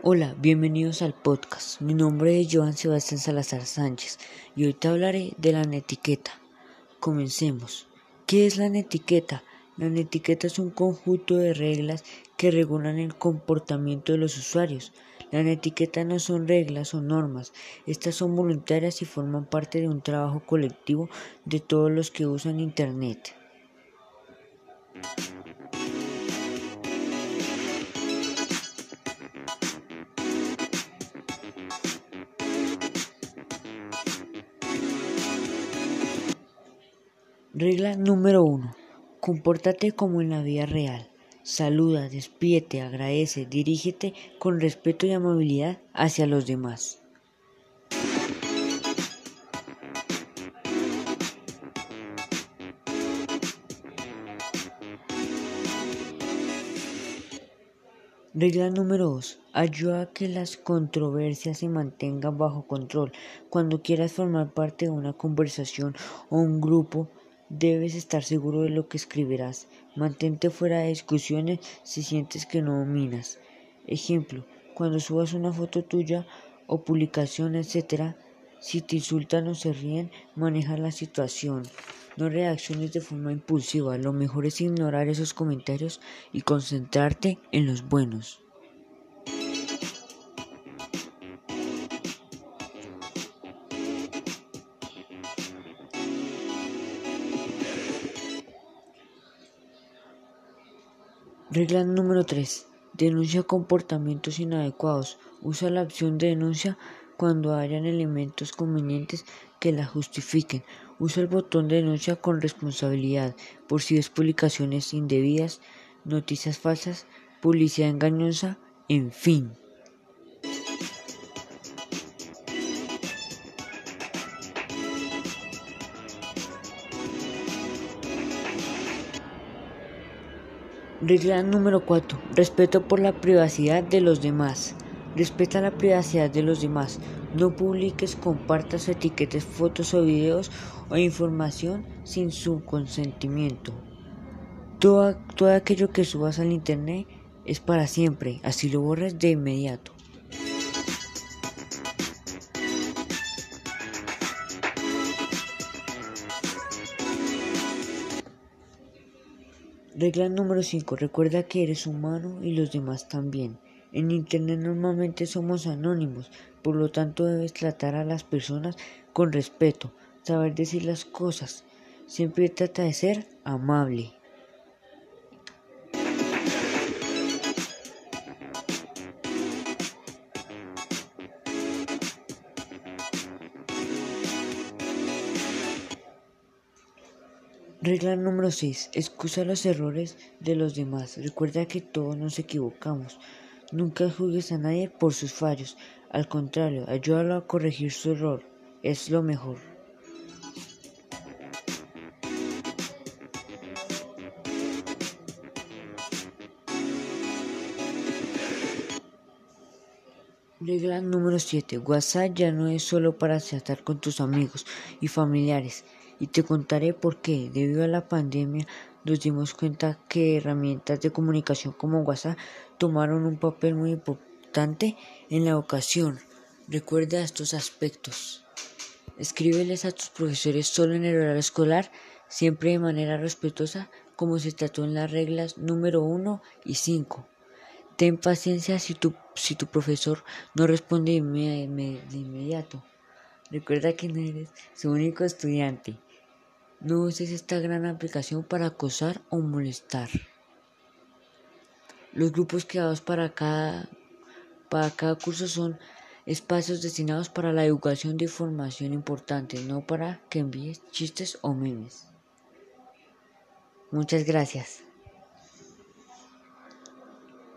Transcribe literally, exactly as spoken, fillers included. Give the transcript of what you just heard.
Hola, bienvenidos al podcast. Mi nombre es Joan Sebastián Salazar Sánchez y hoy te hablaré de la netiqueta. Comencemos. ¿Qué es la netiqueta? La netiqueta es un conjunto de reglas que regulan el comportamiento de los usuarios. La netiqueta no son reglas o normas, estas son voluntarias y forman parte de un trabajo colectivo de todos los que usan Internet. Regla número uno. Compórtate como en la vida real. Saluda, despídete, agradece, dirígete con respeto y amabilidad hacia los demás. Regla número dos. Ayuda a que las controversias se mantengan bajo control. Cuando quieras formar parte de una conversación o un grupo, debes estar seguro de lo que escribirás. Mantente fuera de discusiones si sientes que no dominas. Ejemplo, cuando subas una foto tuya o publicación, etcétera, si te insultan o se ríen, maneja la situación. No reacciones de forma impulsiva. Lo mejor es ignorar esos comentarios y concentrarte en los buenos. Regla número tres. Denuncia comportamientos inadecuados. Usa la opción de denuncia cuando hayan elementos convenientes que la justifiquen. Usa el botón de denuncia con responsabilidad por si ves publicaciones indebidas, noticias falsas, publicidad engañosa, en fin. Regla número cuatro. Respeto por la privacidad de los demás. Respeta la privacidad de los demás. No publiques, compartas o etiquetes fotos o videos o información sin su consentimiento. Todo, todo aquello que subas al internet es para siempre, así lo borras de inmediato. Regla número cinco. Recuerda que eres humano y los demás también. En Internet normalmente somos anónimos, por lo tanto debes tratar a las personas con respeto, saber decir las cosas. Siempre trata de ser amable. Regla número seis. Excusa los errores de los demás. Recuerda que todos nos equivocamos. Nunca juzgues a nadie por sus fallos. Al contrario, ayúdalo a corregir su error. Es lo mejor. Regla número siete. WhatsApp ya no es solo para chatar con tus amigos y familiares. Y te contaré por qué. Debido a la pandemia nos dimos cuenta que herramientas de comunicación como WhatsApp tomaron un papel muy importante en la educación. Recuerda estos aspectos. Escríbeles a tus profesores solo en el horario escolar, siempre de manera respetuosa, como se trató en las reglas número uno y cinco. Ten paciencia si tu, si tu profesor no responde de inmediato. Recuerda que no eres su único estudiante. No uses esta gran aplicación para acosar o molestar. Los grupos creados para cada, para cada curso son espacios destinados para la educación de información importante, no para que envíes chistes o memes. Muchas gracias.